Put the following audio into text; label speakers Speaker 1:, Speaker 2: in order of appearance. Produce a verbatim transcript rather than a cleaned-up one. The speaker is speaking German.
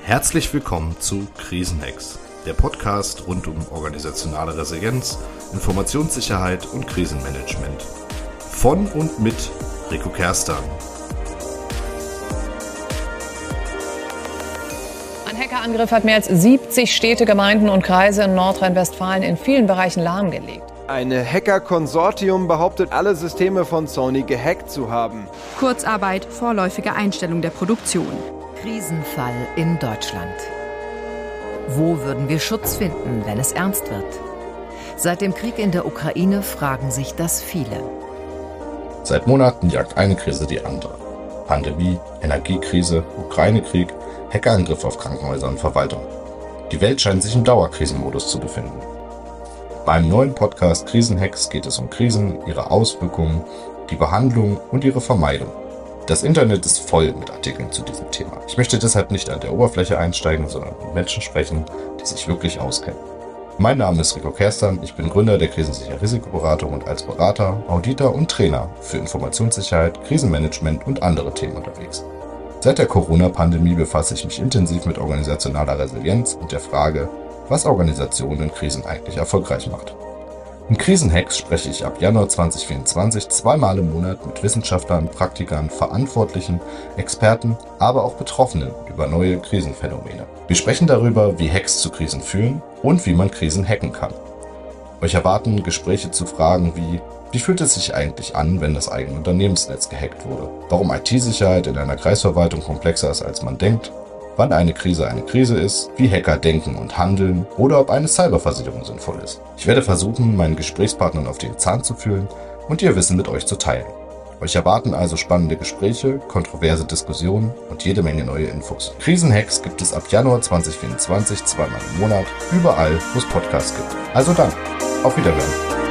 Speaker 1: Herzlich willkommen zu Krisenhacks, der Podcast rund um organisationale Resilienz, Informationssicherheit und Krisenmanagement. Von und mit Rico Kerstan.
Speaker 2: Ein Hackerangriff hat mehr als siebzig Städte, Gemeinden und Kreise in Nordrhein-Westfalen in vielen Bereichen lahmgelegt.
Speaker 3: Ein Hacker-Konsortium behauptet, alle Systeme von Sony gehackt zu haben.
Speaker 4: Kurzarbeit, vorläufige Einstellung der Produktion.
Speaker 5: Krisenfall in Deutschland. Wo würden wir Schutz finden, wenn es ernst wird? Seit dem Krieg in der Ukraine fragen sich das viele.
Speaker 1: Seit Monaten jagt eine Krise die andere. Pandemie, Energiekrise, Ukraine-Krieg, Hackerangriff auf Krankenhäuser und Verwaltung. Die Welt scheint sich im Dauerkrisenmodus zu befinden. Beim neuen Podcast Krisenhacks geht es um Krisen, ihre Auswirkungen, die Behandlung und ihre Vermeidung. Das Internet ist voll mit Artikeln zu diesem Thema. Ich möchte deshalb nicht an der Oberfläche einsteigen, sondern mit Menschen sprechen, die sich wirklich auskennen. Mein Name ist Rico Kerstan, ich bin Gründer der Krisensicher Risikoberatung und als Berater, Auditor und Trainer für Informationssicherheit, Krisenmanagement und andere Themen unterwegs. Seit der Corona-Pandemie befasse ich mich intensiv mit organisationaler Resilienz und der Frage, was Organisationen in Krisen eigentlich erfolgreich macht. In Krisenhacks spreche ich ab Januar zwanzig vierundzwanzig zweimal im Monat mit Wissenschaftlern, Praktikern, Verantwortlichen, Experten, aber auch Betroffenen über neue Krisenphänomene. Wir sprechen darüber, wie Hacks zu Krisen führen und wie man Krisen hacken kann. Euch erwarten Gespräche zu Fragen wie: Wie fühlt es sich eigentlich an, wenn das eigene Unternehmensnetz gehackt wurde? Warum I T-Sicherheit in einer Kreisverwaltung komplexer ist, als man denkt? Wann eine Krise eine Krise ist, wie Hacker denken und handeln oder ob eine Cyberversicherung sinnvoll ist. Ich werde versuchen, meinen Gesprächspartnern auf den Zahn zu fühlen und ihr Wissen mit euch zu teilen. Euch erwarten also spannende Gespräche, kontroverse Diskussionen und jede Menge neue Infos. Krisenhacks gibt es ab Januar zwanzig vierundzwanzig zweimal im Monat, überall, wo es Podcasts gibt. Also dann, auf Wiederhören.